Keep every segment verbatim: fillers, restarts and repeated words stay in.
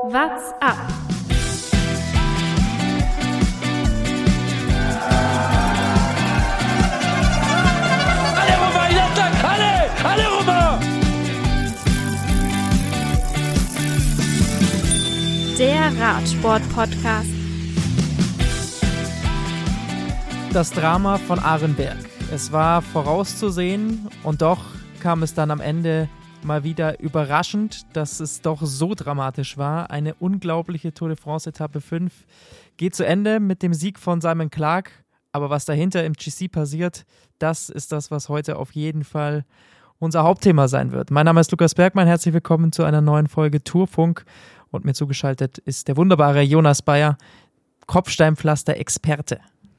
What's up? Alle rüber, Jattak, alle, alle rüber! Der Radsport-Podcast. Das Drama von Arenberg. Es war vorauszusehen und doch kam es dann am Ende mal wieder überraschend, dass es doch so dramatisch war. Eine unglaubliche Tour de France Etappe fünf geht zu Ende mit dem Sieg von Simon Clarke. Aber was dahinter im G C passiert, das ist das, was heute auf jeden Fall unser Hauptthema sein wird. Mein Name ist Lukas Bergmann, herzlich willkommen zu einer neuen Folge Tourfunk. Und mir zugeschaltet ist der wunderbare Jonas Bayer, Kopfsteinpflaster-Experte.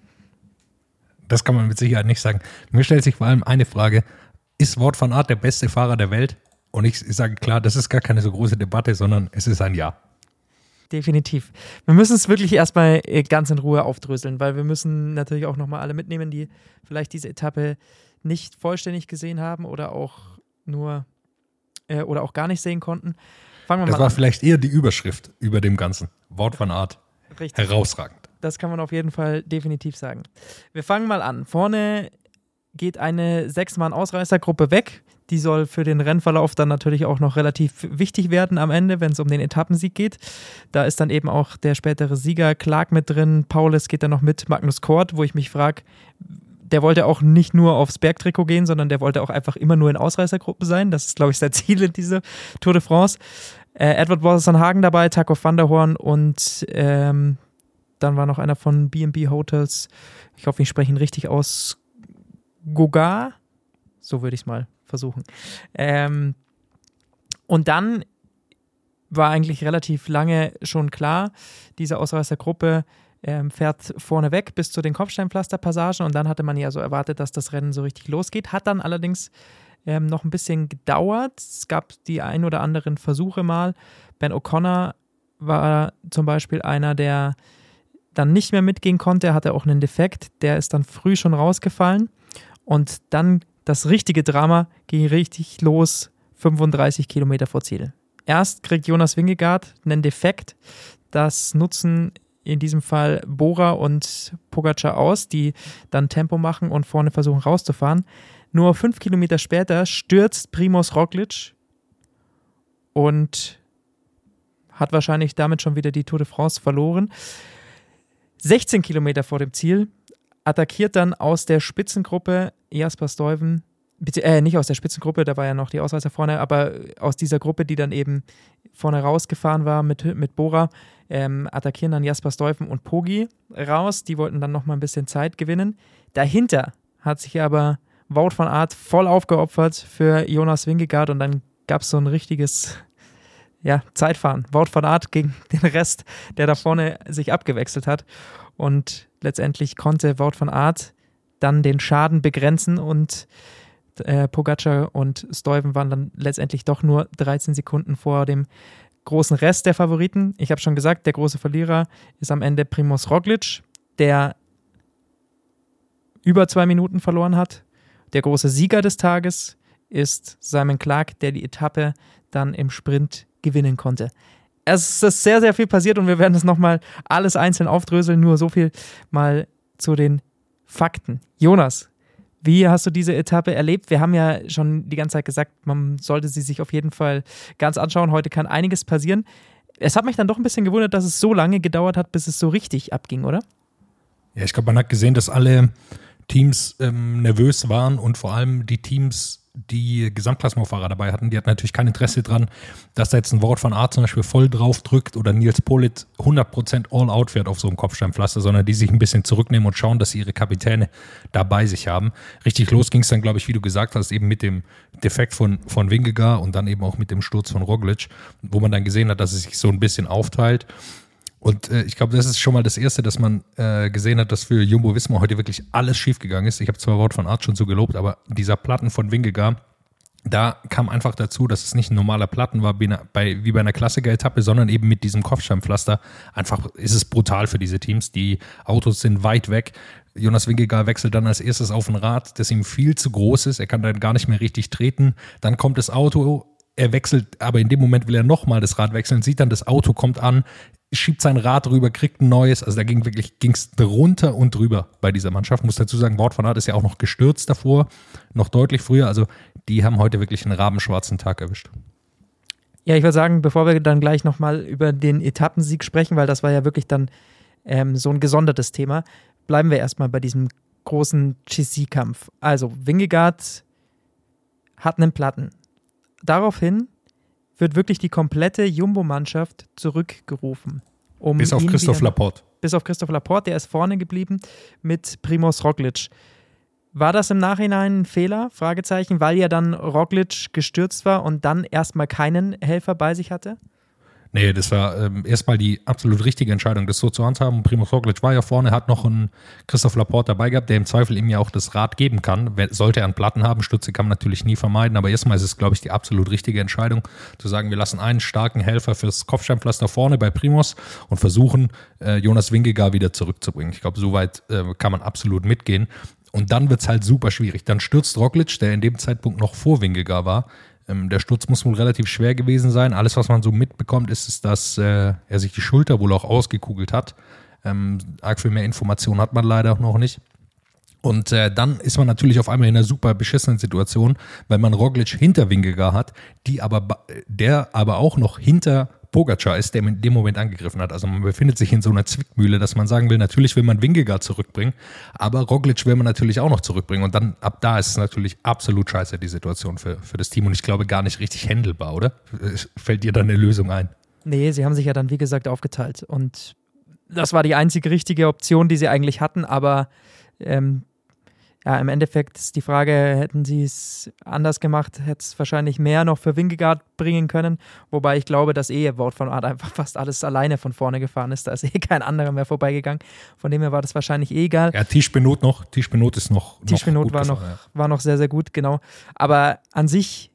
Das kann man mit Sicherheit nicht sagen. Mir stellt sich vor allem eine Frage: Ist Wout van Aert der beste Fahrer der Welt? Und ich sage klar, das ist gar keine so große Debatte, sondern es ist ein Ja. Definitiv. Wir müssen es wirklich erstmal ganz in Ruhe aufdröseln, weil wir müssen natürlich auch nochmal alle mitnehmen, die vielleicht diese Etappe nicht vollständig gesehen haben oder auch nur äh, oder auch gar nicht sehen konnten. Fangen wir das mal war an. Vielleicht eher die Überschrift über dem Ganzen. Wout van Aert. Richtig. Herausragend. Das kann man auf jeden Fall definitiv sagen. Wir fangen mal an. Vorne geht eine Sechs-Mann-Ausreißergruppe weg. Die soll für den Rennverlauf dann natürlich auch noch relativ wichtig werden am Ende, wenn es um den Etappensieg geht. Da ist dann eben auch der spätere Sieger Clarke mit drin. Paulus geht dann noch mit, Magnus Kort, wo ich mich frage, der wollte auch nicht nur aufs Bergtrikot gehen, sondern der wollte auch einfach immer nur in Ausreißergruppen sein. Das ist, glaube ich, sein Ziel in dieser Tour de France. Äh, Edward Boasson-Hagen dabei, Taco van der Hoorn und ähm, dann war noch einer von B and B Hotels. Ich hoffe, ich spreche ihn richtig aus. Gogar? So würde ich es mal versuchen. Ähm, und dann war eigentlich relativ lange schon klar, diese Ausreißergruppe ähm, fährt vorne weg bis zu den Kopfsteinpflasterpassagen und dann hatte man ja so erwartet, dass das Rennen so richtig losgeht. Hat dann allerdings ähm, noch ein bisschen gedauert. Es gab die ein oder anderen Versuche mal. Ben O'Connor war zum Beispiel einer, der dann nicht mehr mitgehen konnte. Er hatte auch einen Defekt. Der ist dann früh schon rausgefallen. Und dann das richtige Drama ging richtig los, fünfunddreißig Kilometer vor Ziel. Erst kriegt Jonas Vingegaard einen Defekt. Das nutzen in diesem Fall Bora und Pogačar aus, die dann Tempo machen und vorne versuchen rauszufahren. Nur fünf Kilometer später stürzt Primož Roglič und hat wahrscheinlich damit schon wieder die Tour de France verloren. sechzehn Kilometer vor dem Ziel attackiert dann aus der Spitzengruppe Jasper Stuyven, äh, nicht aus der Spitzengruppe, da war ja noch die Ausreißer vorne, aber aus dieser Gruppe, die dann eben vorne rausgefahren war mit, mit Bora, ähm, attackieren dann Jasper Stuyven und Poggi raus. Die wollten dann nochmal ein bisschen Zeit gewinnen. Dahinter hat sich aber Wout van Aert voll aufgeopfert für Jonas Vingegaard und dann gab es so ein richtiges ja, Zeitfahren. Wout van Aert gegen den Rest, der da vorne sich abgewechselt hat. Und letztendlich konnte Wout van Aert dann den Schaden begrenzen und äh, Pogačar und Stuyven waren dann letztendlich doch nur dreizehn Sekunden vor dem großen Rest der Favoriten. Ich habe schon gesagt, der große Verlierer ist am Ende Primož Roglič, der über zwei Minuten verloren hat. Der große Sieger des Tages ist Simon Clarke, der die Etappe dann im Sprint gewinnen konnte. Es ist sehr, sehr viel passiert und wir werden das nochmal alles einzeln aufdröseln. Nur so viel mal zu den Fakten. Jonas, wie hast du diese Etappe erlebt? Wir haben ja schon die ganze Zeit gesagt, man sollte sie sich auf jeden Fall ganz anschauen. Heute kann einiges passieren. Es hat mich dann doch ein bisschen gewundert, dass es so lange gedauert hat, bis es so richtig abging, oder? Ja, ich glaube, man hat gesehen, dass alle Teams ähm, nervös waren und vor allem die Teams, die Gesamtklassementfahrer dabei hatten, die hatten natürlich kein Interesse dran, dass da jetzt ein Wout van Aert zum Beispiel voll drauf drückt oder Nils Politt hundert Prozent all out fährt auf so einem Kopfsteinpflaster, sondern die sich ein bisschen zurücknehmen und schauen, dass sie ihre Kapitäne da bei sich haben. Richtig los ging es dann, glaube ich, wie du gesagt hast, eben mit dem Defekt von, von Vingegaard und dann eben auch mit dem Sturz von Roglič, wo man dann gesehen hat, dass es sich so ein bisschen aufteilt. Und äh, ich glaube, das ist schon mal das Erste, dass man äh, gesehen hat, dass für Jumbo-Visma heute wirklich alles schiefgegangen ist. Ich habe zwar Wout van Aert schon so gelobt, aber dieser Platten von Vingegaard, da kam einfach dazu, dass es nicht ein normaler Platten war wie bei, wie bei einer Klassiker-Etappe, sondern eben mit diesem Kopfsteinpflaster. Einfach ist es brutal für diese Teams. Die Autos sind weit weg. Jonas Vingegaard wechselt dann als erstes auf ein Rad, das ihm viel zu groß ist. Er kann dann gar nicht mehr richtig treten. Dann kommt das Auto er wechselt, aber in dem Moment will er nochmal das Rad wechseln, sieht dann, das Auto kommt an, schiebt sein Rad rüber, kriegt ein neues. Also da ging wirklich ging's drunter und drüber bei dieser Mannschaft. Muss dazu sagen, Wout van Aert ist ja auch noch gestürzt davor, noch deutlich früher. Also die haben heute wirklich einen rabenschwarzen Tag erwischt. Ja, ich würde sagen, bevor wir dann gleich nochmal über den Etappensieg sprechen, weil das war ja wirklich dann ähm, so ein gesondertes Thema, bleiben wir erstmal bei diesem großen G C-Kampf. Also Vingegaard hat einen Platten. Daraufhin wird wirklich die komplette Jumbo-Mannschaft zurückgerufen. Um bis auf Christoph wieder, Laporte. Bis auf Christoph Laporte, der ist vorne geblieben mit Primož Roglič. War das im Nachhinein ein Fehler? Fragezeichen, weil ja dann Roglič gestürzt war und dann erstmal keinen Helfer bei sich hatte? Nee, das war ähm, erstmal die absolut richtige Entscheidung, das so zu handhaben. Primož Roglič war ja vorne, hat noch einen Christoph Laporte dabei gehabt, der im Zweifel ihm ja auch das Rad geben kann. Sollte er einen Platten haben, Stürze kann man natürlich nie vermeiden, aber erstmal ist es, glaube ich, die absolut richtige Entscheidung, zu sagen, wir lassen einen starken Helfer fürs Kopfsteinpflaster vorne bei Primož und versuchen, äh, Jonas Vingegaard wieder zurückzubringen. Ich glaube, soweit äh, kann man absolut mitgehen. Und dann wird es halt super schwierig. Dann stürzt Roglič, der in dem Zeitpunkt noch vor Vingegaard war. Ähm, der Sturz muss wohl relativ schwer gewesen sein. Alles, was man so mitbekommt, ist, ist dass äh, er sich die Schulter wohl auch ausgekugelt hat. Ähm, arg viel mehr Informationen hat man leider noch nicht. Und äh, dann ist man natürlich auf einmal in einer super beschissenen Situation, weil man Roglič hinter Vingegaard hat, die aber, der aber auch noch hinter Pogačar ist, der in dem Moment angegriffen hat. Also man befindet sich in so einer Zwickmühle, dass man sagen will, natürlich will man Vingegaard zurückbringen, aber Roglič will man natürlich auch noch zurückbringen. Und dann ab da ist es natürlich absolut scheiße, die Situation für, für das Team. Und ich glaube gar nicht richtig handelbar, oder? Fällt dir da eine Lösung ein? Nee, sie haben sich ja dann, wie gesagt, aufgeteilt. Und das war die einzige richtige Option, die sie eigentlich hatten. Aber ähm, ja, im Endeffekt ist die Frage, hätten sie es anders gemacht, hätte es wahrscheinlich mehr noch für Vingegaard bringen können. Wobei ich glaube, dass eh Wout van Aert einfach fast alles alleine von vorne gefahren ist. Da ist eh kein anderer mehr vorbeigegangen. Von dem her war das wahrscheinlich eh egal. Ja, Tish Benoot noch. Tish Benoot ist noch, noch Tish Benoot gut war gefahren, noch, ja. war noch sehr, sehr gut, genau. Aber an sich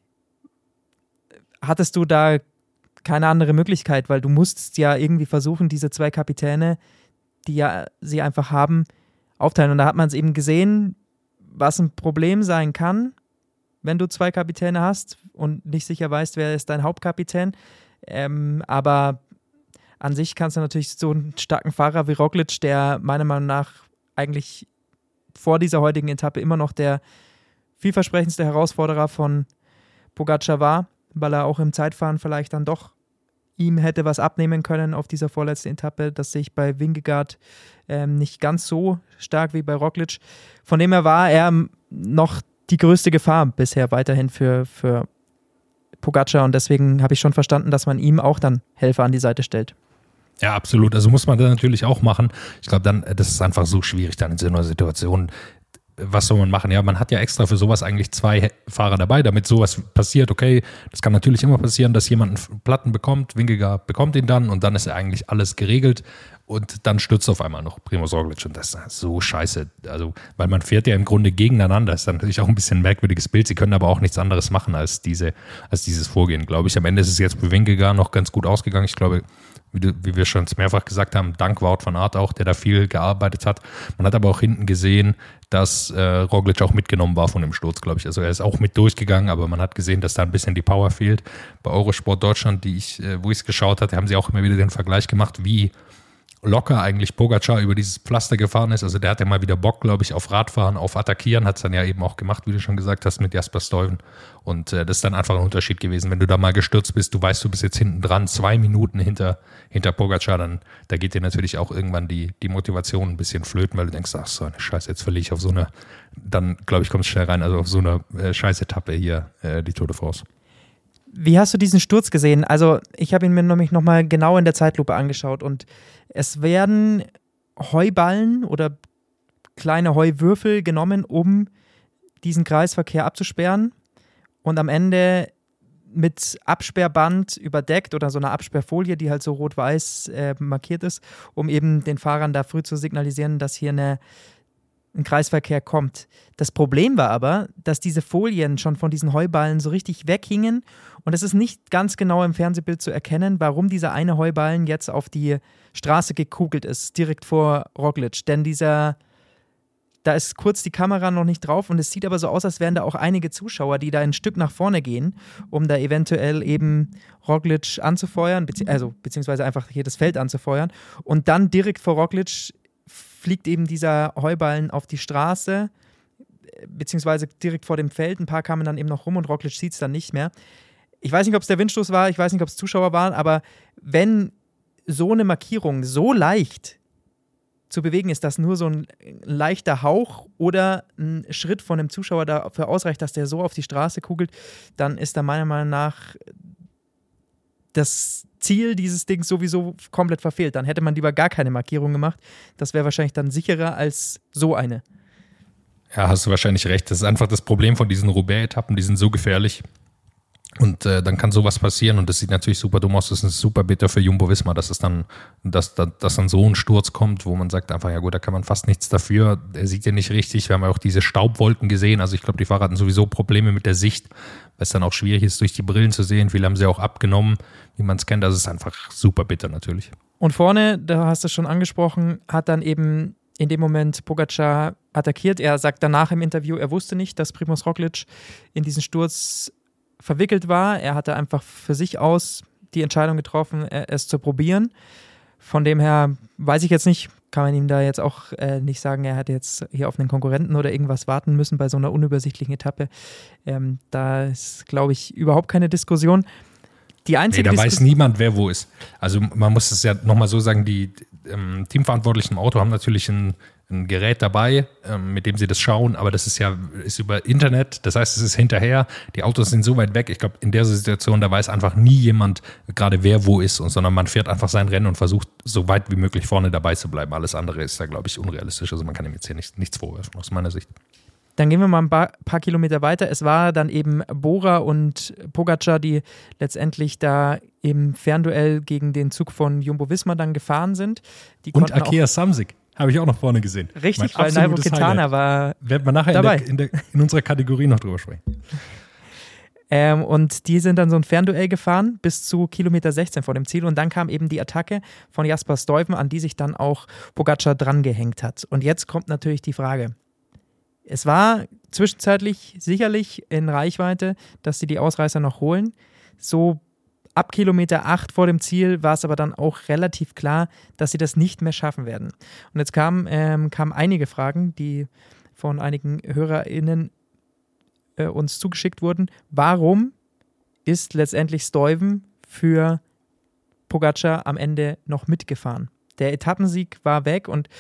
hattest du da keine andere Möglichkeit, weil du musstest ja irgendwie versuchen, diese zwei Kapitäne, die ja sie einfach haben, aufteilen. Und da hat man es eben gesehen, was ein Problem sein kann, wenn du zwei Kapitäne hast und nicht sicher weißt, wer ist dein Hauptkapitän. Ähm, aber an sich kannst du natürlich so einen starken Fahrer wie Roglič, der meiner Meinung nach eigentlich vor dieser heutigen Etappe immer noch der vielversprechendste Herausforderer von Pogačar war, weil er auch im Zeitfahren vielleicht dann doch ihm hätte was abnehmen können auf dieser vorletzten Etappe. Das sehe ich bei Vingegaard ähm, nicht ganz so stark wie bei Roglič. Von dem her war er noch die größte Gefahr bisher weiterhin für, für Pogačar und deswegen habe ich schon verstanden, dass man ihm auch dann Helfer an die Seite stellt. Ja, absolut. Also muss man das natürlich auch machen. Ich glaube dann, das ist einfach so schwierig dann in so einer Situation. Was soll man machen? Ja, man hat ja extra für sowas eigentlich zwei Fahrer dabei, damit sowas passiert. Okay, das kann natürlich immer passieren, dass jemand einen Platten bekommt, Vingegaard bekommt ihn dann und dann ist ja eigentlich alles geregelt und dann stürzt auf einmal noch Primož Roglič und das ist so scheiße. Also, weil man fährt ja im Grunde gegeneinander. Das ist dann natürlich auch ein bisschen ein merkwürdiges Bild. Sie können aber auch nichts anderes machen als diese, als dieses Vorgehen, glaube ich. Am Ende ist es jetzt für Vingegaard noch ganz gut ausgegangen. Ich glaube, Wie, du, wie wir schon mehrfach gesagt haben, dank Wout van Aert auch, der da viel gearbeitet hat. Man hat aber auch hinten gesehen, dass äh, Roglič auch mitgenommen war von dem Sturz, glaube ich. Also er ist auch mit durchgegangen, aber man hat gesehen, dass da ein bisschen die Power fehlt. Bei Eurosport Deutschland, die ich, äh, wo ich es geschaut hatte, haben sie auch immer wieder den Vergleich gemacht, wie locker eigentlich Pogačar über dieses Pflaster gefahren ist. Also der hat ja mal wieder Bock, glaube ich, auf Radfahren, auf Attackieren, hat es dann ja eben auch gemacht, wie du schon gesagt hast, mit Jasper Stuyven. Und äh, das ist dann einfach ein Unterschied gewesen. Wenn du da mal gestürzt bist, du weißt, du bist jetzt hinten dran, zwei Minuten hinter, hinter Pogačar, dann da geht dir natürlich auch irgendwann die, die Motivation ein bisschen flöten, weil du denkst, ach so eine Scheiße, jetzt verliere ich auf so eine, dann glaube ich, kommst du schnell rein, also auf so eine äh, Scheiß-Etappe hier, äh, die Tour de France. Wie hast du diesen Sturz gesehen? Also ich habe ihn mir nämlich nochmal genau in der Zeitlupe angeschaut und es werden Heuballen oder kleine Heuwürfel genommen, um diesen Kreisverkehr abzusperren und am Ende mit Absperrband überdeckt oder so einer Absperrfolie, die halt so rot-weiß äh, markiert ist, um eben den Fahrern da früh zu signalisieren, dass hier eine ein Kreisverkehr kommt. Das Problem war aber, dass diese Folien schon von diesen Heuballen so richtig weghingen und es ist nicht ganz genau im Fernsehbild zu erkennen, warum dieser eine Heuballen jetzt auf die Straße gekugelt ist, direkt vor Roglič. Denn dieser, Da ist kurz die Kamera noch nicht drauf und es sieht aber so aus, als wären da auch einige Zuschauer, die da ein Stück nach vorne gehen, um da eventuell eben Roglic anzufeuern, bezieh- also beziehungsweise einfach hier das Feld anzufeuern. Und dann direkt vor Roglic fliegt eben dieser Heuballen auf die Straße, beziehungsweise direkt vor dem Feld. Ein paar kamen dann eben noch rum und Roglic sieht es dann nicht mehr. Ich weiß nicht, ob es der Windstoß war, ich weiß nicht, ob es Zuschauer waren, aber wenn so eine Markierung so leicht zu bewegen ist, dass nur so ein leichter Hauch oder ein Schritt von einem Zuschauer dafür ausreicht, dass der so auf die Straße kugelt, dann ist da meiner Meinung nach das Ziel dieses Dings sowieso komplett verfehlt. Dann hätte man lieber gar keine Markierung gemacht. Das wäre wahrscheinlich dann sicherer als so eine. Ja, hast du wahrscheinlich recht. Das ist einfach das Problem von diesen Roubaix-Etappen, die sind so gefährlich. Und äh, dann kann sowas passieren und das sieht natürlich super dumm aus. Das ist super bitter für Jumbo-Visma, dass es dann, dass, dass, dass dann so ein Sturz kommt, wo man sagt einfach, ja gut, da kann man fast nichts dafür. Er sieht ja nicht richtig. Wir haben ja auch diese Staubwolken gesehen. Also ich glaube, die Fahrer hatten sowieso Probleme mit der Sicht, weil es dann auch schwierig ist, durch die Brillen zu sehen. Viele haben sie auch abgenommen, wie man es kennt. Das ist einfach super bitter natürlich. Und vorne, da hast du es schon angesprochen, hat dann eben in dem Moment Pogačar attackiert. Er sagt danach im Interview, er wusste nicht, dass Primož Roglič in diesen Sturz verwickelt war. Er hatte einfach für sich aus die Entscheidung getroffen, es zu probieren. Von dem her weiß ich jetzt nicht, kann man ihm da jetzt auch äh, nicht sagen, er hätte jetzt hier auf einen Konkurrenten oder irgendwas warten müssen bei so einer unübersichtlichen Etappe. Ähm, da ist, glaube ich, überhaupt keine Diskussion. Die einzige nee, da Diskus- weiß niemand, wer wo ist. Also man muss es ja nochmal so sagen, die ähm, Teamverantwortlichen im Auto haben natürlich ein, ein Gerät dabei, ähm, mit dem sie das schauen, aber das ist ja ist über Internet, das heißt, es ist hinterher, die Autos sind so weit weg, ich glaube, in der Situation, da weiß einfach nie jemand gerade, wer wo ist, und, sondern man fährt einfach sein Rennen und versucht, so weit wie möglich vorne dabei zu bleiben. Alles andere ist da, glaube ich, unrealistisch, also man kann ihm jetzt hier nicht, nichts vorwerfen, aus meiner Sicht. Dann gehen wir mal ein paar, paar Kilometer weiter. Es war dann eben Bora und Pogačar, die letztendlich da im Fernduell gegen den Zug von Jumbo-Visma dann gefahren sind. Die und Akea Samsic habe ich auch noch vorne gesehen. Richtig, weil Nairo Quintana war werden wir nachher dabei. In, der, in, der, in unserer Kategorie noch drüber sprechen. Ähm, und die sind dann so ein Fernduell gefahren bis zu Kilometer sechzehn vor dem Ziel und dann kam eben die Attacke von Jasper Stuyven, an die sich dann auch Pogačar drangehängt hat. Und jetzt kommt natürlich die Frage. Es war zwischenzeitlich sicherlich in Reichweite, dass sie die Ausreißer noch holen. So ab Kilometer acht vor dem Ziel war es aber dann auch relativ klar, dass sie das nicht mehr schaffen werden. Und jetzt kamen, ähm, kamen einige Fragen, die von einigen HörerInnen äh, uns zugeschickt wurden. Warum ist letztendlich Stuyven für Pogačar am Ende noch mitgefahren? Der Etappensieg war weg und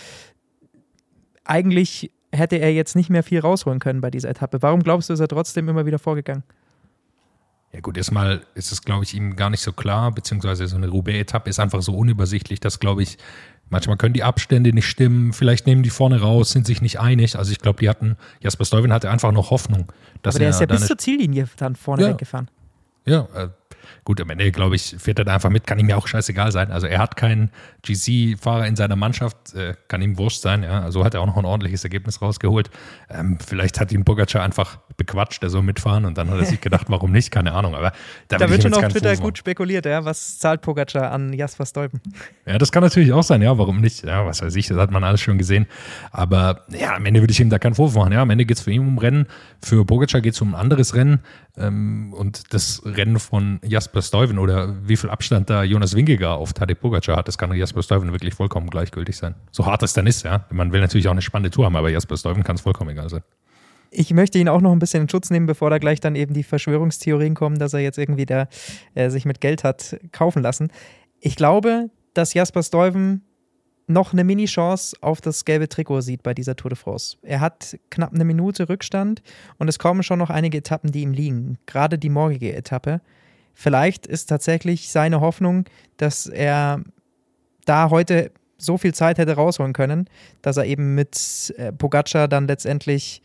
eigentlich hätte er jetzt nicht mehr viel rausholen können bei dieser Etappe. Warum glaubst du, ist er trotzdem immer wieder vorgegangen? Ja gut, erstmal ist es, glaube ich, ihm gar nicht so klar, beziehungsweise so eine Roubaix-Etappe ist einfach so unübersichtlich, dass, glaube ich, manchmal können die Abstände nicht stimmen, vielleicht nehmen die vorne raus, sind sich nicht einig. Also ich glaube, die hatten, Jasper Stuyven hatte einfach noch Hoffnung. Dass Aber der er ist ja bis eine, zur Ziellinie dann vorne ja, weggefahren. Ja, äh, gut, am Ende, glaube ich, fährt er da einfach mit, kann ihm ja auch scheißegal sein. Also er hat keinen G C-Fahrer in seiner Mannschaft, äh, kann ihm wurscht sein, ja. Also hat er auch noch ein ordentliches Ergebnis rausgeholt. Ähm, vielleicht hat ihn Pogačar einfach bequatscht, der soll mitfahren und dann hat er sich gedacht, warum nicht, keine Ahnung. Aber da, da wird schon auf Twitter gut spekuliert, ja. Was zahlt Pogačar an Jasper Stuyven? Ja, das kann natürlich auch sein, ja, warum nicht? Ja, was weiß ich, das hat man alles schon gesehen. Aber ja, am Ende würde ich ihm da keinen Vorwurf machen. Ja, am Ende geht es für ihn um Rennen, für Pogačar geht es um ein anderes Rennen. Ähm, und das Rennen von Jasper Stuyven oder wie viel Abstand da Jonas Vingegaard auf Tadej Pogačar hat, das kann Jasper Stuyven wirklich vollkommen gleichgültig sein. So hart es dann ist, ja. Man will natürlich auch eine spannende Tour haben, aber Jasper Stuyven kann es vollkommen egal sein. Ich möchte ihn auch noch ein bisschen in Schutz nehmen, bevor da gleich dann eben die Verschwörungstheorien kommen, dass er jetzt irgendwie da äh, sich mit Geld hat kaufen lassen. Ich glaube, dass Jasper Stuyven noch eine Mini-Chance auf das gelbe Trikot sieht bei dieser Tour de France. Er hat knapp eine Minute Rückstand und es kommen schon noch einige Etappen, die ihm liegen. Gerade die morgige Etappe. Vielleicht ist tatsächlich seine Hoffnung, dass er da heute so viel Zeit hätte rausholen können, dass er eben mit äh, Pogačar dann letztendlich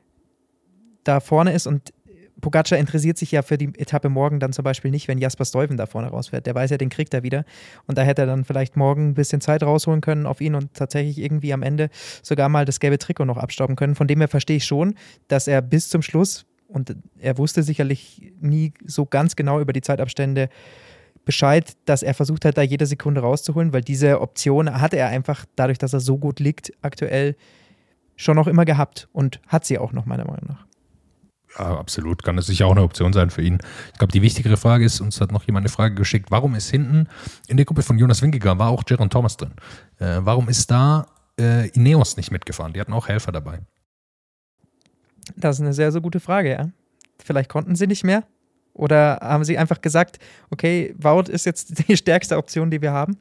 da vorne ist und Pogačar interessiert sich ja für die Etappe morgen dann zum Beispiel nicht, wenn Jasper Stuyven da vorne rausfährt. Der weiß ja, den kriegt er wieder. Und da hätte er dann vielleicht morgen ein bisschen Zeit rausholen können auf ihn und tatsächlich irgendwie am Ende sogar mal das gelbe Trikot noch abstauben können. Von dem her verstehe ich schon, dass er bis zum Schluss, und er wusste sicherlich nie so ganz genau über die Zeitabstände Bescheid, dass er versucht hat, da jede Sekunde rauszuholen, weil diese Option hatte er einfach dadurch, dass er so gut liegt aktuell, schon noch immer gehabt und hat sie auch noch, meiner Meinung nach. Ja, absolut. Kann es sicher auch eine Option sein für ihn. Ich glaube, die wichtigere Frage ist, uns hat noch jemand eine Frage geschickt, warum ist hinten in der Gruppe von Jonas Wingegaard war auch Geraint Thomas drin? Äh, warum ist da äh, Ineos nicht mitgefahren? Die hatten auch Helfer dabei. Das ist eine sehr, sehr gute Frage, ja. Vielleicht konnten sie nicht mehr oder haben sie einfach gesagt, okay, Wout ist jetzt die stärkste Option, die wir haben?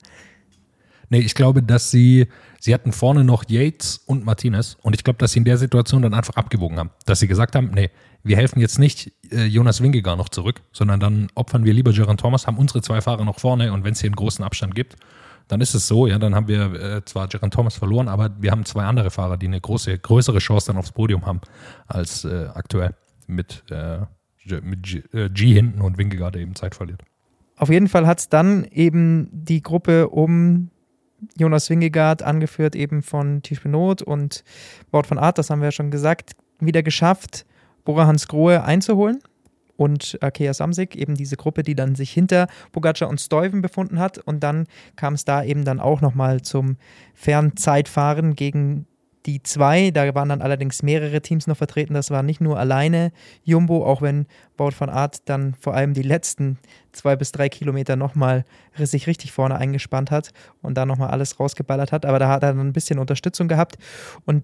Nee, ich glaube, dass sie, sie hatten vorne noch Yates und Martinez und ich glaube, dass sie in der Situation dann einfach abgewogen haben. Dass sie gesagt haben, nee, wir helfen jetzt nicht äh, Jonas Wingegaard noch zurück, sondern dann opfern wir lieber Geraint Thomas, haben unsere zwei Fahrer noch vorne und wenn es hier einen großen Abstand gibt, dann ist es so, ja, dann haben wir äh, zwar Geraint Thomas verloren, aber wir haben zwei andere Fahrer, die eine große, größere Chance dann aufs Podium haben als äh, aktuell mit, äh, mit G, äh, G hinten und Wingegaard, der eben Zeit verliert. Auf jeden Fall hat es dann eben die Gruppe um Jonas Wingegaard, angeführt eben von Tiesj Benoot und Wout van Aert, das haben wir ja schon gesagt, wieder geschafft, Bora Hansgrohe einzuholen und Arkea Samsic, eben diese Gruppe, die dann sich hinter Pogačar und Stuyven befunden hat und dann kam es da eben dann auch nochmal zum Fernzeitfahren gegen die zwei, da waren dann allerdings mehrere Teams noch vertreten, das war nicht nur alleine Jumbo, auch wenn Wout van Aert dann vor allem die letzten zwei bis drei Kilometer nochmal sich richtig vorne eingespannt hat und da nochmal alles rausgeballert hat, aber da hat er dann ein bisschen Unterstützung gehabt und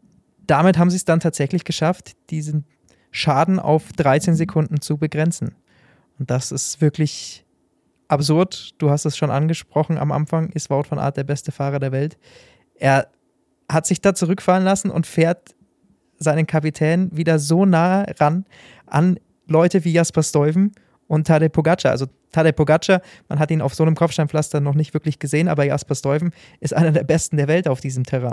damit haben sie es dann tatsächlich geschafft, diesen Schaden auf dreizehn Sekunden zu begrenzen. Und das ist wirklich absurd. Du hast es schon angesprochen am Anfang, ist Wout van Aert der beste Fahrer der Welt. Er hat sich da zurückfallen lassen und fährt seinen Kapitän wieder so nah ran an Leute wie Jasper Stuyven und Tadej Pogačar. Also Tadej Pogačar, man hat ihn auf so einem Kopfsteinpflaster noch nicht wirklich gesehen, aber Jasper Stuyven ist einer der Besten der Welt auf diesem Terrain.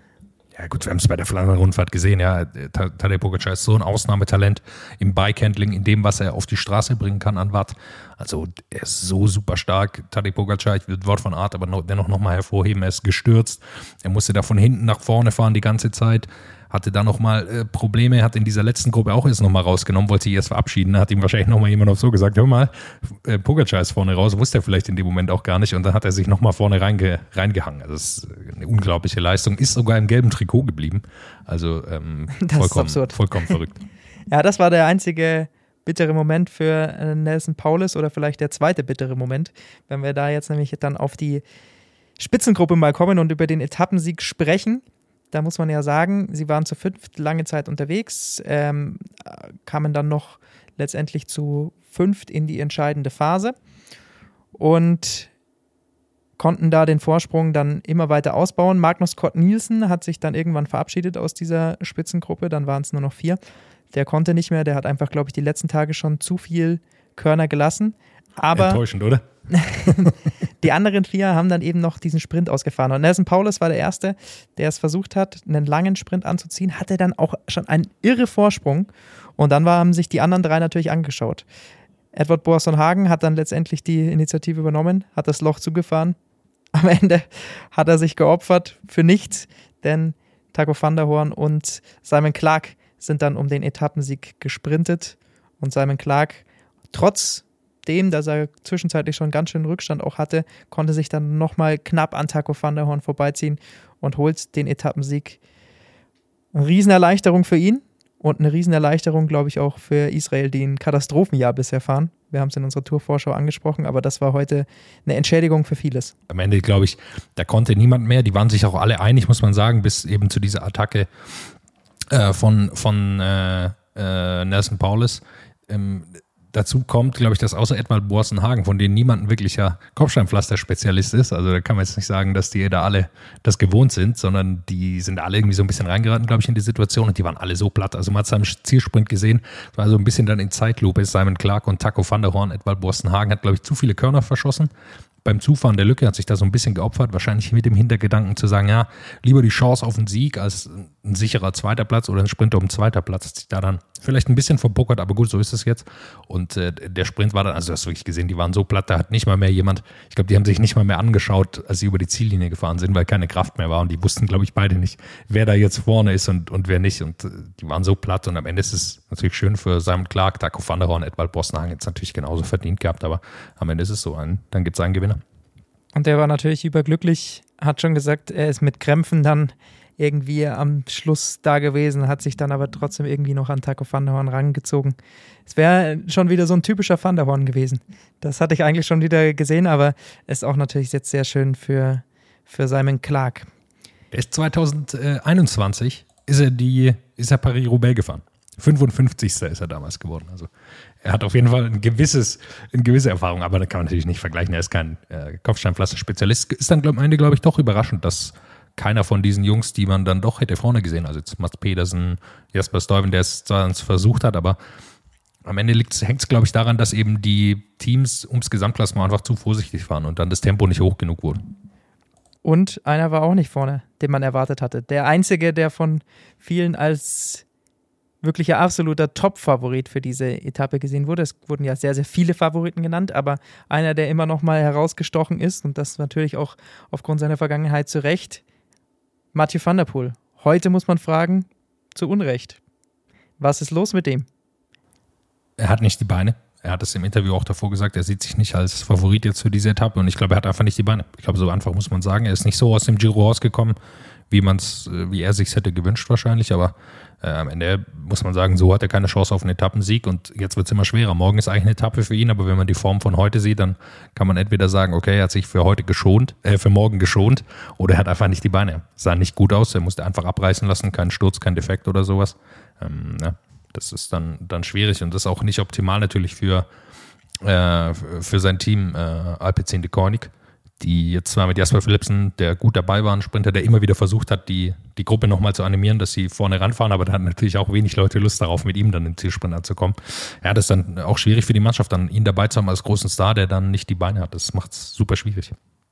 Ja gut, wir haben es bei der Flandern-Rundfahrt gesehen, ja, Tadej Pogačar ist so ein Ausnahmetalent im Bikehandling, in dem, was er auf die Straße bringen kann an Watt. Also er ist so super stark, Tadej Pogačar, ich will Wout van Aert aber noch, dennoch nochmal hervorheben, er ist gestürzt, er musste da von hinten nach vorne fahren die ganze Zeit, hatte da nochmal äh, Probleme, hat in dieser letzten Gruppe auch erst nochmal rausgenommen, wollte sich erst verabschieden, hat ihm wahrscheinlich nochmal jemand auf so gesagt, hör mal, äh, Pogačar ist vorne raus, wusste er vielleicht in dem Moment auch gar nicht und dann hat er sich nochmal vorne reinge, reingehangen. Also das ist eine unglaubliche Leistung, ist sogar im gelben Trikot geblieben, also ähm, vollkommen, vollkommen verrückt. Ja, das war der einzige bittere Moment für äh, Nelson Powless oder vielleicht der zweite bittere Moment, wenn wir da jetzt nämlich dann auf die Spitzengruppe mal kommen und über den Etappensieg sprechen. Da muss man ja sagen, sie waren zu fünft lange Zeit unterwegs, ähm, kamen dann noch letztendlich zu fünft in die entscheidende Phase und konnten da den Vorsprung dann immer weiter ausbauen. Magnus Cort Nielsen hat sich dann irgendwann verabschiedet aus dieser Spitzengruppe, dann waren es nur noch vier. Der konnte nicht mehr, der hat einfach, glaube ich, die letzten Tage schon zu viel Körner gelassen. Aber enttäuschend, oder? Die anderen vier haben dann eben noch diesen Sprint ausgefahren. Und Nelson Powless war der Erste, der es versucht hat, einen langen Sprint anzuziehen, hatte dann auch schon einen irre Vorsprung. Und dann war, haben sich die anderen drei natürlich angeschaut. Edvald Boasson Hagen hat dann letztendlich die Initiative übernommen, hat das Loch zugefahren. Am Ende hat er sich geopfert für nichts, denn Taco van der Hoorn und Simon Clark sind dann um den Etappensieg gesprintet. Und Simon Clark, trotz dem, dass er zwischenzeitlich schon ganz schön Rückstand auch hatte, konnte sich dann nochmal knapp an Taco van der Hoorn vorbeiziehen und holt den Etappensieg. Eine Riesenerleichterung für ihn und eine Riesenerleichterung, glaube ich, auch für Israel, die ein Katastrophenjahr bisher fahren. Wir haben es in unserer Tourvorschau angesprochen, aber das war heute eine Entschädigung für vieles. Am Ende, glaube ich, da konnte niemand mehr, die waren sich auch alle einig, muss man sagen, bis eben zu dieser Attacke äh, von, von äh, äh, Nelson Powless. Ähm, Dazu kommt, glaube ich, dass außer Edvald Boasson Hagen, von denen niemand ein wirklicher Kopfsteinpflaster-Spezialist ist, also da kann man jetzt nicht sagen, dass die da alle das gewohnt sind, sondern die sind alle irgendwie so ein bisschen reingeraten, glaube ich, in die Situation und die waren alle so platt. Also man hat es am Zielsprint gesehen, war so ein bisschen dann in Zeitlupe, Simon Clark und Taco van der Hoorn. Edvald Boasson Hagen hat, glaube ich, zu viele Körner verschossen. Beim Zufahren der Lücke hat sich da so ein bisschen geopfert, wahrscheinlich mit dem Hintergedanken zu sagen, ja, lieber die Chance auf einen Sieg als ein sicherer zweiter Platz oder ein Sprinter um zweiter Platz, hat sich da dann vielleicht ein bisschen verbuckert, aber gut, so ist es jetzt. Und äh, der Sprint war dann, also du hast wirklich gesehen, die waren so platt, da hat nicht mal mehr jemand, ich glaube, die haben sich nicht mal mehr angeschaut, als sie über die Ziellinie gefahren sind, weil keine Kraft mehr war und die wussten, glaube ich, beide nicht, wer da jetzt vorne ist und, und wer nicht und äh, die waren so platt und am Ende ist es natürlich schön für Simon Clark, Taco van der Hoorn, Edvald Boasson Hagen jetzt natürlich genauso verdient gehabt, aber am Ende ist es so, ein, dann gibt es einen Gewinner. Und der war natürlich überglücklich, hat schon gesagt, er ist mit Krämpfen dann irgendwie am Schluss da gewesen, hat sich dann aber trotzdem irgendwie noch an Taco van der Horn rangezogen. Es wäre schon wieder so ein typischer Van der Horn gewesen. Das hatte ich eigentlich schon wieder gesehen, aber ist auch natürlich jetzt sehr schön für, für Simon Clark. Er ist zwanzig einundzwanzig, ist er, die, ist er Paris-Roubaix gefahren. fünfundfünfzigster ist er damals geworden. Also er hat auf jeden Fall ein gewisses, eine gewisse Erfahrung, aber da kann man natürlich nicht vergleichen. Er ist kein äh, Kopfsteinpflaster-Spezialist. Ist dann glaub, am Ende, glaube ich, doch überraschend, dass keiner von diesen Jungs, die man dann doch hätte vorne gesehen, also jetzt Mats Pedersen, Jasper Stuyven, der es zwar versucht hat, aber am Ende hängt es, glaube ich, daran, dass eben die Teams ums Gesamtklassement einfach zu vorsichtig waren und dann das Tempo nicht hoch genug wurde. Und einer war auch nicht vorne, den man erwartet hatte. Der einzige, der von vielen als wirklicher absoluter Top-Favorit für diese Etappe gesehen wurde. Es wurden ja sehr, sehr viele Favoriten genannt, aber einer, der immer noch mal herausgestochen ist und das natürlich auch aufgrund seiner Vergangenheit zu Recht, Mathieu van der Poel. Heute muss man fragen, zu Unrecht. Was ist los mit dem? Er hat nicht die Beine. Er hat es im Interview auch davor gesagt, er sieht sich nicht als Favorit jetzt für diese Etappe und ich glaube, er hat einfach nicht die Beine. Ich glaube, so einfach muss man sagen. Er ist nicht so aus dem Giro rausgekommen, wie man's, wie er sich hätte gewünscht wahrscheinlich, aber äh, am Ende muss man sagen, so hat er keine Chance auf einen Etappensieg und jetzt wird es immer schwerer. Morgen ist eigentlich eine Etappe für ihn, aber wenn man die Form von heute sieht, dann kann man entweder sagen, okay, er hat sich für heute geschont, äh, für morgen geschont oder er hat einfach nicht die Beine. Sah nicht gut aus, er musste einfach abreißen lassen, kein Sturz, kein Defekt oder sowas. Ähm, ja. Das ist dann, dann schwierig und das ist auch nicht optimal natürlich für, äh, für sein Team äh, Alpecin de Koenig, die jetzt zwar mit Jasper Philipsen, der gut dabei war, ein Sprinter, der immer wieder versucht hat, die, die Gruppe nochmal zu animieren, dass sie vorne ranfahren, aber da hatten natürlich auch wenig Leute Lust darauf, mit ihm dann in den Zielsprint anzukommen. Ja, das ist dann auch schwierig für die Mannschaft, dann ihn dabei zu haben als großen Star, der dann nicht die Beine hat. Das macht es super schwierig.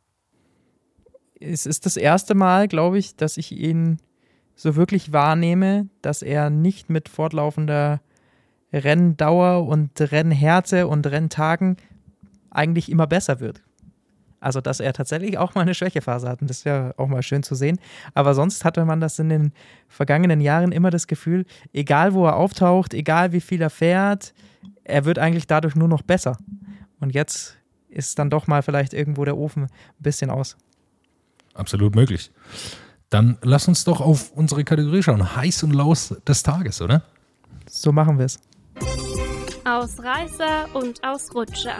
Es ist das erste Mal, glaube ich, dass ich ihn so wirklich wahrnehme, dass er nicht mit fortlaufender Renndauer und Rennhärte und Renntagen eigentlich immer besser wird. Also, dass er tatsächlich auch mal eine Schwächephase hat. Und das ist ja auch mal schön zu sehen. Aber sonst hatte man das in den vergangenen Jahren immer das Gefühl, egal wo er auftaucht, egal wie viel er fährt, er wird eigentlich dadurch nur noch besser. Und jetzt ist dann doch mal vielleicht irgendwo der Ofen ein bisschen aus. Absolut möglich. Dann lass uns doch auf unsere Kategorie schauen. Heiß und Laus des Tages, oder? So machen wir es. Ausreißer und Ausrutscher.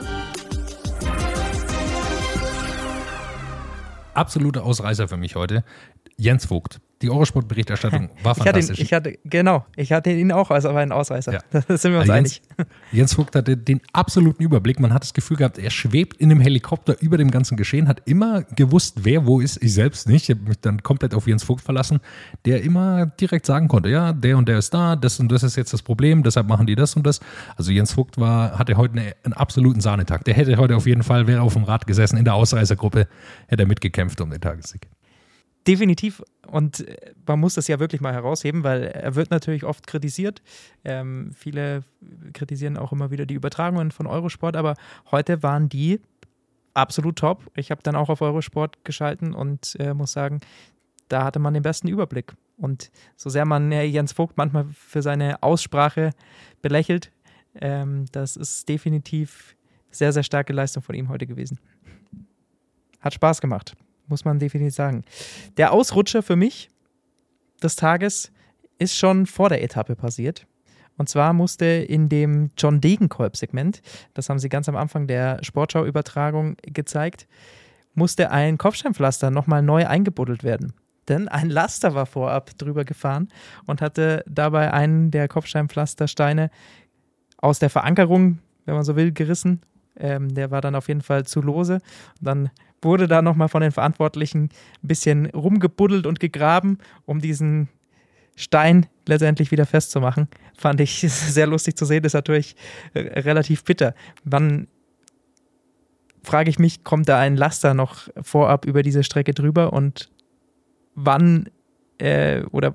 Absoluter Ausreißer für mich heute. Jens Vogt. Die Eurosport-Berichterstattung war fantastisch. Ich hatte, ihn, ich hatte, genau, ich hatte ihn auch als aber einen Ausreißer. Ja. Da sind wir uns also Jens, einig. Jens Vogt hatte den absoluten Überblick. Man hat das Gefühl gehabt, er schwebt in einem Helikopter über dem ganzen Geschehen, hat immer gewusst, wer wo ist. Ich selbst nicht. Ich habe mich dann komplett auf Jens Vogt verlassen, der immer direkt sagen konnte, ja, der und der ist da, das und das ist jetzt das Problem, deshalb machen die das und das. Also Jens Vogt war, hatte heute eine, einen absoluten Sahnetag. Der hätte heute auf jeden Fall, wäre auf dem Rad gesessen, in der Ausreißergruppe, hätte er mitgekämpft um den Tagessieg. Definitiv. Und man muss das ja wirklich mal herausheben, weil er wird natürlich oft kritisiert. Ähm, viele kritisieren auch immer wieder die Übertragungen von Eurosport, aber heute waren die absolut top. Ich habe dann auch auf Eurosport geschalten und äh, muss sagen, da hatte man den besten Überblick. Und so sehr man äh, Jens Vogt manchmal für seine Aussprache belächelt, ähm, das ist definitiv sehr, sehr starke Leistung von ihm heute gewesen. Hat Spaß gemacht. Muss man definitiv sagen. Der Ausrutscher für mich des Tages ist schon vor der Etappe passiert. Und zwar musste in dem John Degenkolb-Segment, das haben sie ganz am Anfang der Sportschau-Übertragung gezeigt, musste ein Kopfsteinpflaster nochmal neu eingebuddelt werden. Denn ein Laster war vorab drüber gefahren und hatte dabei einen der Kopfsteinpflastersteine aus der Verankerung, wenn man so will, gerissen. Ähm, der war dann auf jeden Fall zu lose. Und dann wurde da nochmal von den Verantwortlichen ein bisschen rumgebuddelt und gegraben, um diesen Stein letztendlich wieder festzumachen. Fand ich sehr lustig zu sehen, das ist natürlich äh, relativ bitter. Wann, frage ich mich, kommt da ein Laster noch vorab über diese Strecke drüber und wann äh, oder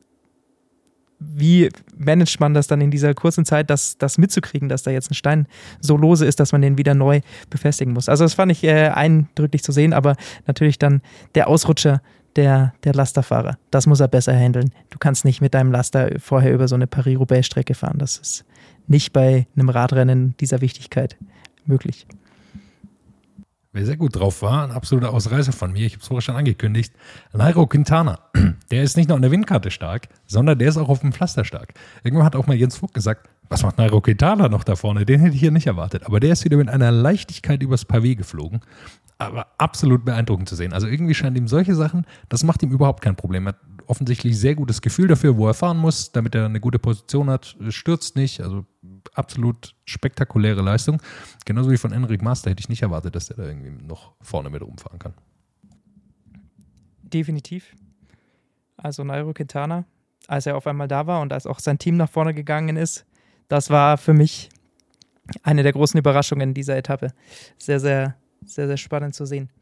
wie managt man das dann in dieser kurzen Zeit, das, das mitzukriegen, dass da jetzt ein Stein so lose ist, dass man den wieder neu befestigen muss. Also das fand ich äh, eindrücklich zu sehen, aber natürlich dann der Ausrutscher der, der Lasterfahrer. Das muss er besser handeln. Du kannst nicht mit deinem Laster vorher über so eine Paris-Roubaix-Strecke fahren. Das ist nicht bei einem Radrennen dieser Wichtigkeit möglich. wer sehr gut drauf war, ein absoluter Ausreißer von mir, ich habe es vorher schon angekündigt, Nairo Quintana. Der ist nicht nur an der Windkarte stark, sondern der ist auch auf dem Pflaster stark. Irgendwann hat auch mal Jens Vogt gesagt, was macht Nairo Quintana noch da vorne? Den hätte ich hier nicht erwartet. Aber der ist wieder mit einer Leichtigkeit übers Pavé geflogen. Aber absolut beeindruckend zu sehen. Also irgendwie scheint ihm solche Sachen, das macht ihm überhaupt kein Problem. Er hat offensichtlich sehr gutes Gefühl dafür, wo er fahren muss, damit er eine gute Position hat, stürzt nicht. Also absolut spektakuläre Leistung. Genauso wie von Enric Mas, da hätte ich nicht erwartet, dass der da irgendwie noch vorne mit rumfahren kann. Definitiv. Also Nairo Quintana, als er auf einmal da war und als auch sein Team nach vorne gegangen ist, das war für mich eine der großen Überraschungen dieser Etappe. Sehr, sehr, sehr, sehr spannend zu sehen.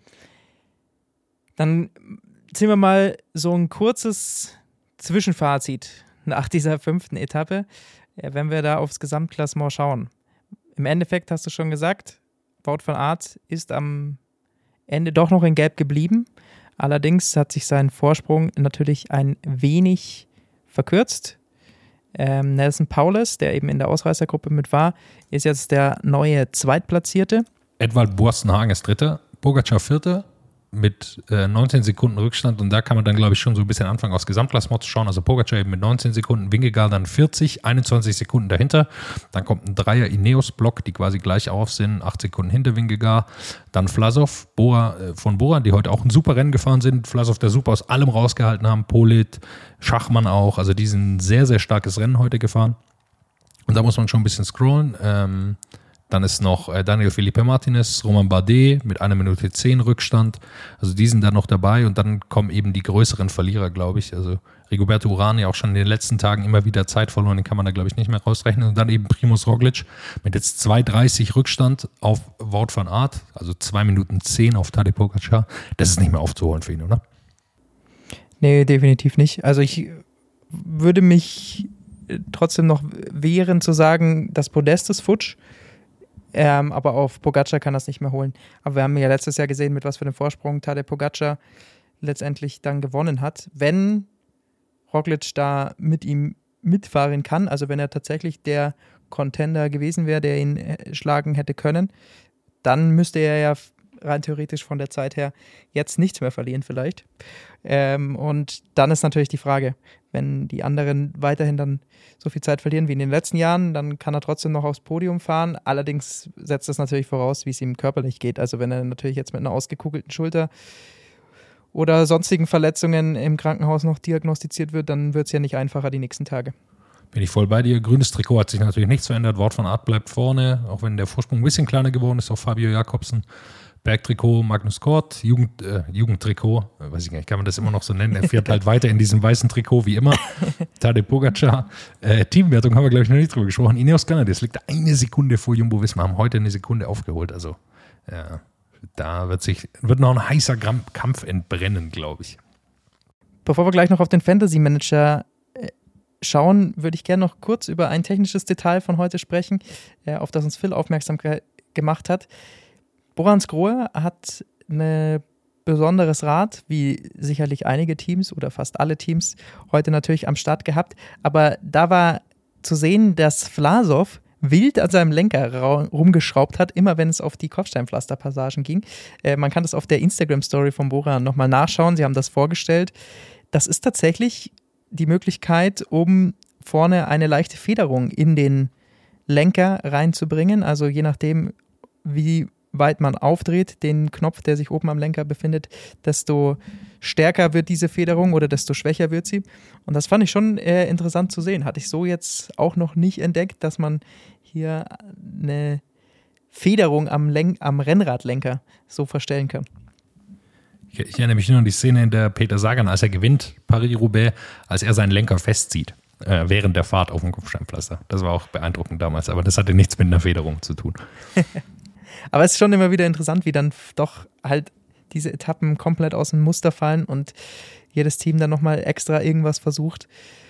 Dann ziehen wir mal so ein kurzes Zwischenfazit nach dieser fünften Etappe, wenn wir da aufs Gesamtklassement schauen. Im Endeffekt hast du schon gesagt, Wout van Aert ist am Ende doch noch in Gelb geblieben. Allerdings hat sich sein Vorsprung natürlich ein wenig verkürzt. Ähm, Nelson Powless, der eben in der Ausreißergruppe mit war, ist jetzt der neue Zweitplatzierte. Edvald Boasson-Hagen ist Dritter, Pogacar Vierter mit äh, neunzehn Sekunden Rückstand und da kann man dann, glaube ich, schon so ein bisschen anfangen, aufs Gesamtklassement zu schauen. Also Pogacar eben mit neunzehn Sekunden, Vingegaard dann vierzig, einundzwanzig Sekunden dahinter. Dann kommt ein Dreier-Ineos-Block, die quasi gleich auf sind, acht Sekunden hinter Vingegaard. Dann Vlasov, Bora, äh, von Bora, die heute auch ein super Rennen gefahren sind. Vlasov, der super aus allem rausgehalten haben. Polit, Schachmann auch. Also die sind ein sehr, sehr starkes Rennen heute gefahren. Und da muss man schon ein bisschen scrollen. Ähm, Dann ist noch Daniel Felipe Martinez, Romain Bardet mit einer Minute zehn Rückstand. Also die sind da noch dabei und dann kommen eben die größeren Verlierer, glaube ich. Also Rigoberto Urán ja auch schon in den letzten Tagen immer wieder Zeit verloren, den kann man da, glaube ich, nicht mehr rausrechnen. Und dann eben Primož Roglič mit jetzt zwei dreißig Rückstand auf Wout van Aert, also zwei Minuten zehn auf Tadej Pogacar. Das ist nicht mehr aufzuholen für ihn, oder? Nee, definitiv nicht. Also ich würde mich trotzdem noch wehren zu sagen, das Podest ist futsch. Ähm, aber auf Pogacar kann das nicht mehr holen. Aber wir haben ja letztes Jahr gesehen, mit was für einem Vorsprung Tadej Pogacar letztendlich dann gewonnen hat. Wenn Roglič da mit ihm mitfahren kann, also wenn er tatsächlich der Contender gewesen wäre, der ihn schlagen hätte können, dann müsste er ja rein theoretisch von der Zeit her jetzt nichts mehr verlieren vielleicht. Ähm, und dann ist natürlich die Frage, wenn die anderen weiterhin dann so viel Zeit verlieren wie in den letzten Jahren, dann kann er trotzdem noch aufs Podium fahren. Allerdings setzt das natürlich voraus, wie es ihm körperlich geht. Also wenn er natürlich jetzt mit einer ausgekugelten Schulter oder sonstigen Verletzungen im Krankenhaus noch diagnostiziert wird, dann wird es ja nicht einfacher die nächsten Tage. Bin ich voll bei dir. Grünes Trikot hat sich natürlich nichts verändert. Wout van Aert bleibt vorne, auch wenn der Vorsprung ein bisschen kleiner geworden ist auf Fabio Jakobsen. Bergtrikot Magnus Kort, Jugend, äh, Jugendtrikot, weiß ich gar nicht, kann man das immer noch so nennen, er fährt halt weiter in diesem weißen Trikot wie immer. Tadej Pogacar, äh, Teamwertung haben wir, glaube ich, noch nicht drüber gesprochen. Ineos Grenadiers liegt eine Sekunde vor Jumbo-Visma, haben heute eine Sekunde aufgeholt, also ja, da wird sich, wird noch ein heißer Kampf entbrennen, glaube ich. Bevor wir gleich noch auf den Fantasy-Manager schauen, würde ich gerne noch kurz über ein technisches Detail von heute sprechen, äh, auf das uns Phil aufmerksam ge- gemacht hat. Bora Hansgrohe hat ein besonderes Rad, wie sicherlich einige Teams oder fast alle Teams heute natürlich am Start gehabt. Aber da war zu sehen, dass Vlasov wild an seinem Lenker rumgeschraubt hat, immer wenn es auf die Kopfsteinpflasterpassagen ging. Äh, man kann das auf der Instagram-Story von Bora nochmal nachschauen. Sie haben das vorgestellt. Das ist tatsächlich die Möglichkeit, um vorne eine leichte Federung in den Lenker reinzubringen. Also je nachdem, wie weit man aufdreht, den Knopf, der sich oben am Lenker befindet, desto stärker wird diese Federung oder desto schwächer wird sie. Und das fand ich schon äh, interessant zu sehen. Hatte ich so jetzt auch noch nicht entdeckt, dass man hier eine Federung am, Len- am Rennradlenker so verstellen kann. Ich, ich erinnere mich nur an die Szene, in der Peter Sagan, als er gewinnt, Paris-Roubaix, als er seinen Lenker festzieht, äh, während der Fahrt auf dem Kopfsteinpflaster. Das war auch beeindruckend damals, aber das hatte nichts mit einer Federung zu tun. Aber es ist schon immer wieder interessant, wie dann doch halt diese Etappen komplett aus dem Muster fallen und jedes Team dann nochmal extra irgendwas versucht.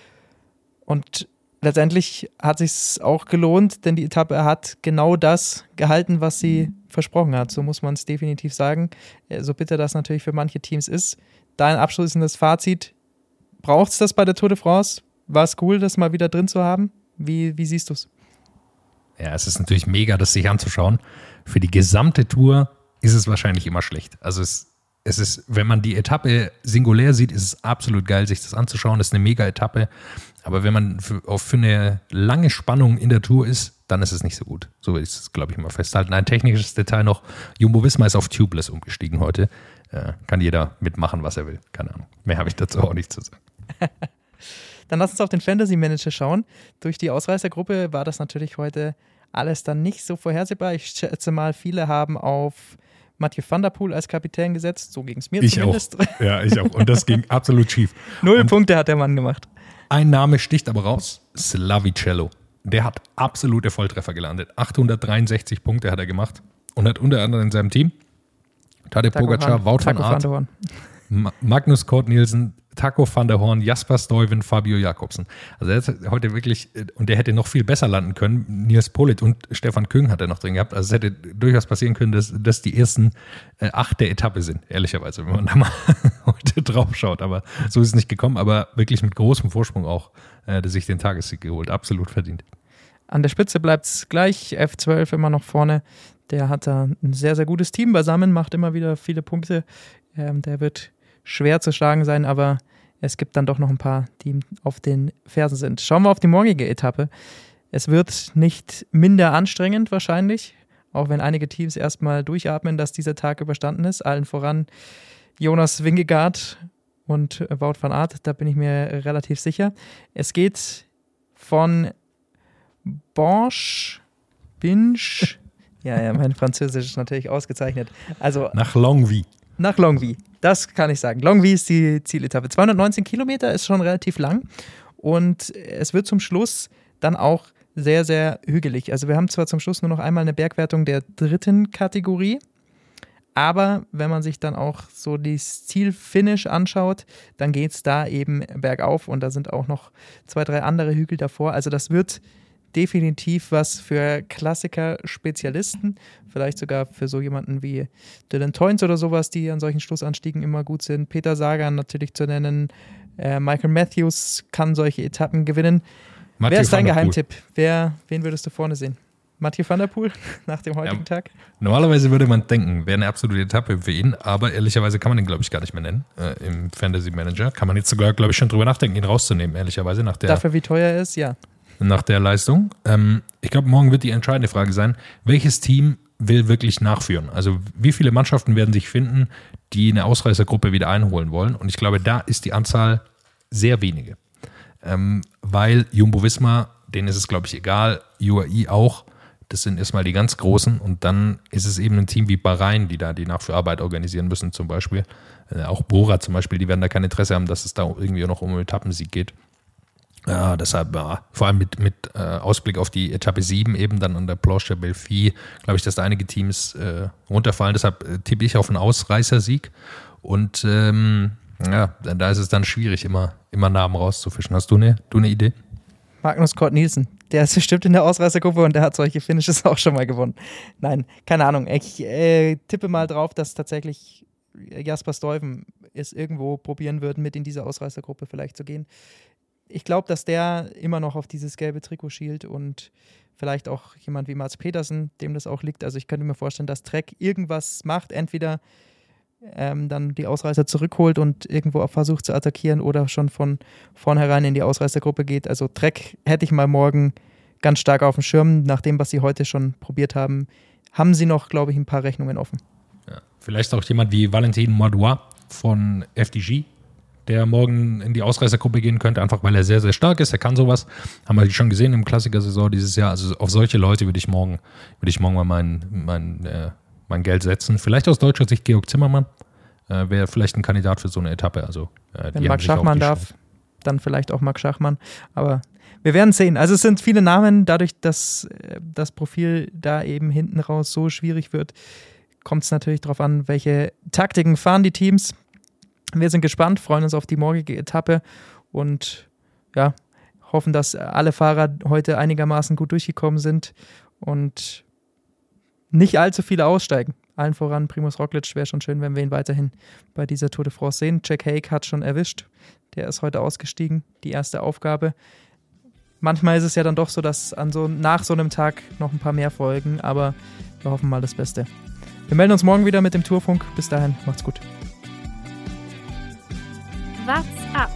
Und letztendlich hat es sich auch gelohnt, denn die Etappe hat genau das gehalten, was sie versprochen hat. So muss man es definitiv sagen. So bitter das natürlich für manche Teams ist. Da ein abschließendes Fazit. Braucht es das bei der Tour de France? War es cool, das mal wieder drin zu haben? Wie, wie siehst du es? Ja, es ist natürlich mega, das sich anzuschauen. Für die gesamte Tour ist es wahrscheinlich immer schlecht. Also es, es ist, wenn man die Etappe singulär sieht, ist es absolut geil, sich das anzuschauen. Das ist eine mega Etappe. Aber wenn man für, auf, für eine lange Spannung in der Tour ist, dann ist es nicht so gut. So ist es, glaube ich, mal festhalten. Ein technisches Detail noch. Jumbo-Visma ist auf Tubeless umgestiegen heute. Äh, kann jeder mitmachen, was er will. Keine Ahnung. Mehr habe ich dazu auch nicht zu sagen. Dann lass uns auf den Fantasy Manager schauen. Durch die Ausreißergruppe war das natürlich heute alles dann nicht so vorhersehbar. Ich schätze mal, viele haben auf Mathieu van der Poel als Kapitän gesetzt. So ging es mir ich zumindest. Auch. Ja, ich auch. Und das ging absolut schief. Null Und Punkte hat der Mann gemacht. ein Name sticht aber raus. Slavicello. Der hat absolute Volltreffer gelandet. achthundertdreiundsechzig Punkte hat er gemacht. Und hat unter anderem in seinem Team Tadej Pogacar, Wout van Aert, Ma- Magnus Cort Nielsen, Taco van der Horn, Jasper Stuyven, Fabio Jakobsen. Also er hat heute wirklich, und der hätte noch viel besser landen können. Nils Politt und Stefan Küng hat er noch drin gehabt. Also es hätte durchaus passieren können, dass das die ersten äh, acht der Etappe sind, ehrlicherweise, wenn man da mal heute drauf schaut. Aber so ist es nicht gekommen, aber wirklich mit großem Vorsprung auch, äh, der sich den Tagessieg geholt. Absolut verdient. An der Spitze bleibt es gleich. F zwölf immer noch vorne. Der hat da ein sehr, sehr gutes Team beisammen, macht immer wieder viele Punkte. Ähm, der wird schwer zu schlagen sein, aber es gibt dann doch noch ein paar, die ihm auf den Fersen sind. Schauen wir auf die morgige Etappe. Es wird nicht minder anstrengend wahrscheinlich, auch wenn einige Teams erstmal durchatmen, dass dieser Tag überstanden ist. Allen voran Jonas Vingegaard und Wout van Aert, da bin ich mir relativ sicher. Es geht von Borsch, Binge, ja, ja, mein Französisch ist natürlich ausgezeichnet. Also nach Longwy. Nach Longwy, das kann ich sagen. Longwy ist die Zieletappe. zweihundertneunzehn Kilometer ist schon relativ lang und es wird zum Schluss dann auch sehr, sehr hügelig. Also wir haben zwar zum Schluss nur noch einmal eine Bergwertung der dritten Kategorie, aber wenn man sich dann auch so das Zielfinish anschaut, dann geht es da eben bergauf und da sind auch noch zwei, drei andere Hügel davor. Also das wird definitiv was für Klassiker-Spezialisten, vielleicht sogar für so jemanden wie Dylan Teuns oder sowas, die an solchen Schlussanstiegen immer gut sind. Peter Sagan natürlich zu nennen, äh, Michael Matthews kann solche Etappen gewinnen. Mathieu Wer ist dein van der Poel. Geheimtipp? Wer, wen würdest du vorne sehen? Mathieu van der Poel nach dem heutigen Ja, Tag? Normalerweise würde man denken, wäre eine absolute Etappe für ihn, aber ehrlicherweise kann man den, glaube ich, gar nicht mehr nennen äh, im Fantasy Manager. Kann man jetzt sogar, glaube ich, schon drüber nachdenken, ihn rauszunehmen, ehrlicherweise, nach der Dafür, wie teuer er ist, ja. nach der Leistung. Ähm, ich glaube, morgen wird die entscheidende Frage sein, welches Team will wirklich nachführen? Also wie viele Mannschaften werden sich finden, die eine Ausreißergruppe wieder einholen wollen? Und ich glaube, da ist die Anzahl sehr wenige. Ähm, weil Jumbo-Visma, denen ist es, glaube ich, egal, U A E auch, das sind erstmal die ganz Großen und dann ist es eben ein Team wie Bahrain, die da die Nachführarbeit organisieren müssen zum Beispiel. Äh, auch Bora zum Beispiel, die werden da kein Interesse haben, dass es da irgendwie noch um einen Etappensieg geht. Ja, deshalb, ja, vor allem mit, mit äh, Ausblick auf die Etappe sieben eben dann an der Planche de Belfi, glaube ich, dass da einige Teams äh, runterfallen. Deshalb äh, tippe ich auf einen Ausreißersieg. Und ähm, ja, da ist es dann schwierig, immer, immer Namen rauszufischen. Hast du eine, du eine Idee? Magnus Cort Nielsen, der ist bestimmt in der Ausreißergruppe und der hat solche Finishes auch schon mal gewonnen. Nein, keine Ahnung. Ich äh, tippe mal drauf, dass tatsächlich Jasper Stuyven es irgendwo probieren wird, mit in diese Ausreißergruppe vielleicht zu gehen. Ich glaube, dass der immer noch auf dieses gelbe Trikot schielt und vielleicht auch jemand wie Mats Pedersen, dem das auch liegt. Also ich könnte mir vorstellen, dass Trek irgendwas macht, entweder ähm, dann die Ausreißer zurückholt und irgendwo versucht zu attackieren oder schon von vornherein in die Ausreißergruppe geht. Also Trek hätte ich mal morgen ganz stark auf dem Schirm. Nach dem, was sie heute schon probiert haben, haben sie noch, glaube ich, ein paar Rechnungen offen. Ja, vielleicht auch jemand wie Valentin Madouas von F D G, der morgen in die Ausreißergruppe gehen könnte, einfach weil er sehr, sehr stark ist. Er kann sowas. Haben wir schon gesehen im Klassiker-Saison dieses Jahr. Also auf solche Leute würde ich morgen, würde ich morgen mal mein, mein, äh, mein Geld setzen. Vielleicht aus deutscher Sicht Georg Zimmermann. Äh, wäre vielleicht ein Kandidat für so eine Etappe. Also, äh, Wenn Marc Schachmann darf, dann vielleicht auch Marc Schachmann. Aber wir werden sehen. Also es sind viele Namen. Dadurch, dass äh, das Profil da eben hinten raus so schwierig wird, kommt es natürlich darauf an, welche Taktiken fahren die Teams. Wir sind gespannt, freuen uns auf die morgige Etappe und ja, hoffen, dass alle Fahrer heute einigermaßen gut durchgekommen sind und nicht allzu viele aussteigen. Allen voran Primož Roglič, wäre schon schön, wenn wir ihn weiterhin bei dieser Tour de France sehen. Jack Haig hat schon erwischt, der ist heute ausgestiegen, die erste Aufgabe. Manchmal ist es ja dann doch so, dass an so, nach so einem Tag noch ein paar mehr folgen, aber wir hoffen mal das Beste. Wir melden uns morgen wieder mit dem Tourfunk. Bis dahin, macht's gut. What's up?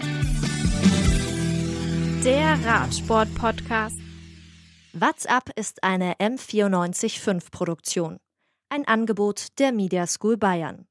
Der Radsport-Podcast. What's up ist eine M vierundneunzig Komma fünf Produktion. Ein Angebot der Media School Bayern.